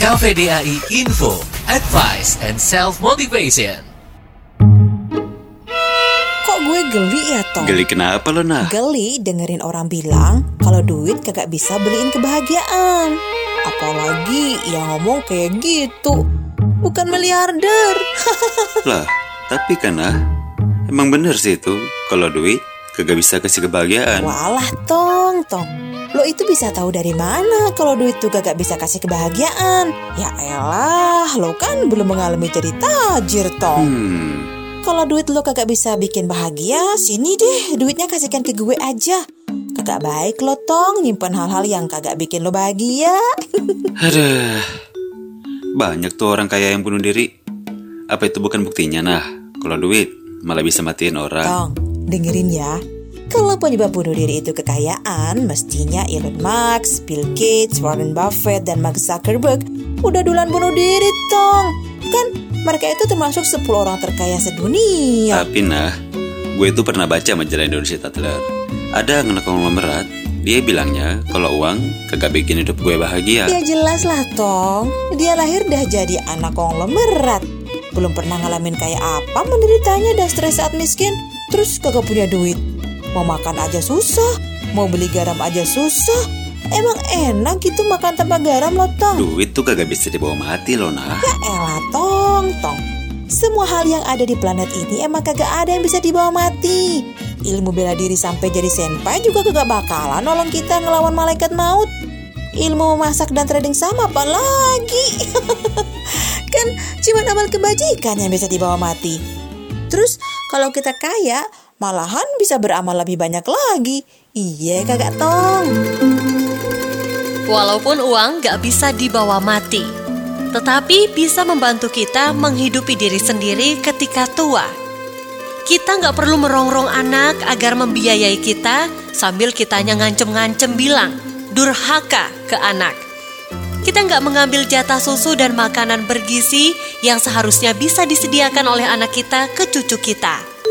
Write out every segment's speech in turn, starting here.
KVDAI Info, Advice and Self-Motivation. Kok gue geli ya, Tong? Geli kenapa lo, Nah? Geli dengerin orang bilang kalau duit kagak bisa beliin kebahagiaan. Apalagi yang ngomong kayak gitu. Bukan miliarder. Lah, tapi kan emang bener sih itu. Kalau duit kagak bisa kasih kebahagiaan. Walah, Tong. Lo itu bisa tahu dari mana kalau duit tuh kagak bisa kasih kebahagiaan? Ya elah, lo kan belum mengalami jadi tajir, Tong. Kalau duit lo kagak bisa bikin bahagia, sini deh duitnya kasihkan ke gue aja. Kagak baik lo, Tong, nyimpen hal-hal yang kagak bikin lo bahagia. Aduh, banyak tuh orang kaya yang bunuh diri. Apa itu bukan buktinya, Nah? Kalau duit malah bisa matiin orang. Tong, dengerin ya. Kalau penyebab bunuh diri itu kekayaan, mestinya Elon Musk, Bill Gates, Warren Buffett, dan Mark Zuckerberg udah duluan bunuh diri, Tong. Kan mereka itu termasuk 10 orang terkaya sedunia. Tapi Nah, gue tuh pernah baca majalah Indonesia Tatler. Ada anak konglomerat, dia bilangnya kalau uang kagak bikin hidup gue bahagia. Ya jelas lah, Tong. Dia lahir dah jadi anak konglomerat. Belum pernah ngalamin kayak apa menderitanya dan stres saat miskin. Terus kagak punya duit. Mau makan aja susah, mau beli garam aja susah. Emang enak gitu makan tanpa garam lo, Tong? Duit tuh kagak bisa dibawa mati lo, Nah. Ya elah, Tong. Semua hal yang ada di planet ini emang kagak ada yang bisa dibawa mati. Ilmu bela diri sampai jadi senpai juga kagak bakalan nolong kita ngelawan malaikat maut. Ilmu memasak dan trading sama apalagi. Kan cuma amal kebajikan yang bisa dibawa mati. Terus kalau kita kaya, malahan bisa beramal lebih banyak lagi. Iya kagak, Tong? Walaupun uang gak bisa dibawa mati, tetapi bisa membantu kita menghidupi diri sendiri ketika tua. Kita gak perlu merongrong anak agar membiayai kita sambil kitanya ngancem-ngancem bilang durhaka ke anak. Kita gak mengambil jatah susu dan makanan bergizi yang seharusnya bisa disediakan oleh anak kita ke cucu kita.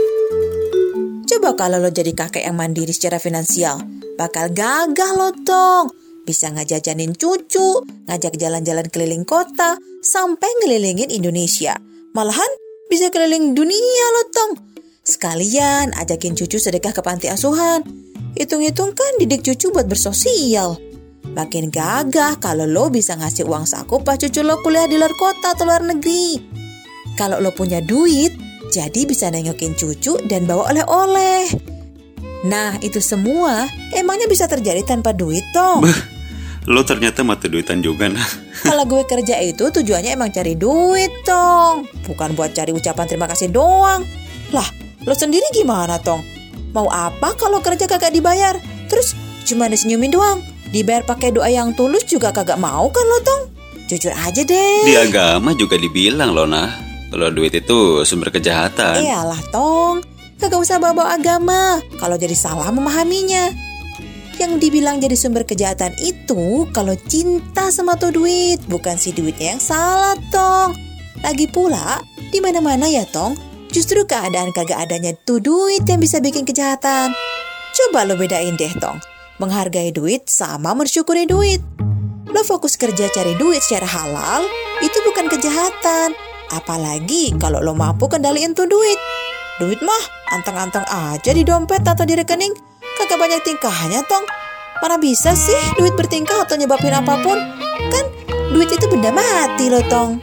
Coba kalau lo jadi kakek yang mandiri secara finansial, bakal gagah lo, Tong. Bisa ngajajanin cucu, ngajak jalan-jalan keliling kota, sampai ngelilingin Indonesia. Malahan bisa keliling dunia lo, Tong. Sekalian ajakin cucu sedekah ke panti asuhan. Hitung-hitung kan didik cucu buat bersosial. Makin gagah kalau lo bisa ngasih uang saku pas cucu lo kuliah di luar kota atau luar negeri. Kalau lo punya duit, jadi bisa nengokin cucu dan bawa oleh-oleh. Nah, itu semua emangnya bisa terjadi tanpa duit, Tong? Lo ternyata mata duitan juga, Nah. Kalau gue kerja itu tujuannya emang cari duit, Tong. Bukan buat cari ucapan terima kasih doang. Lah, lo sendiri gimana, Tong? Mau apa kalau kerja kagak dibayar? Terus cuma disenyumin doang? Dibayar pakai doa yang tulus juga kagak mau kan lo, Tong? Jujur aja deh. Di agama juga dibilang lo, Nah, kalau duit itu sumber kejahatan. Iyalah, Tong. Kagak usah bawa agama kalau jadi salah memahaminya. Yang dibilang jadi sumber kejahatan itu kalau cinta sama tuh duit, bukan si duitnya yang salah, Tong. Lagi pula, di mana-mana ya, Tong, justru keadaan kagak adanya tuh duit yang bisa bikin kejahatan. Coba lo bedain deh, Tong. Menghargai duit sama mensyukuri duit. Lo fokus kerja cari duit secara halal, itu bukan kejahatan. Apalagi kalau lo mampu kendaliin tuh duit. Duit mah anteng-anteng aja di dompet atau di rekening. Kagak banyak tingkahnya, Tong. Mana bisa sih duit bertingkah atau nyebabin apapun? Kan duit itu benda mati loh, Tong.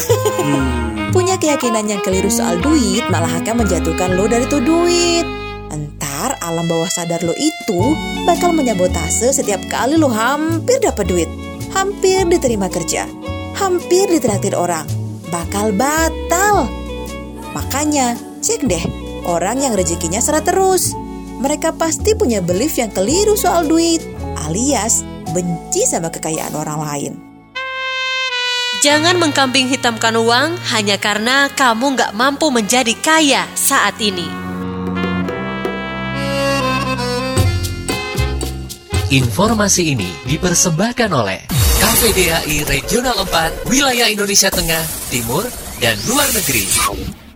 Punya keyakinan yang keliru soal duit malah akan menjatuhkan lo dari tuh duit. Entar alam bawah sadar lo itu bakal menyabotase setiap kali lo hampir dapat duit, hampir diterima kerja, hampir ditraktir orang. Bakal batal. Makanya cek deh orang yang rezekinya seret terus. Mereka pasti punya belief yang keliru soal duit, alias benci sama kekayaan orang lain. Jangan mengkambing hitamkan uang hanya karena kamu gak mampu menjadi kaya saat ini. Informasi ini dipersembahkan oleh KVDAI Regional 4, Wilayah Indonesia Tengah, Timur, dan Luar Negeri.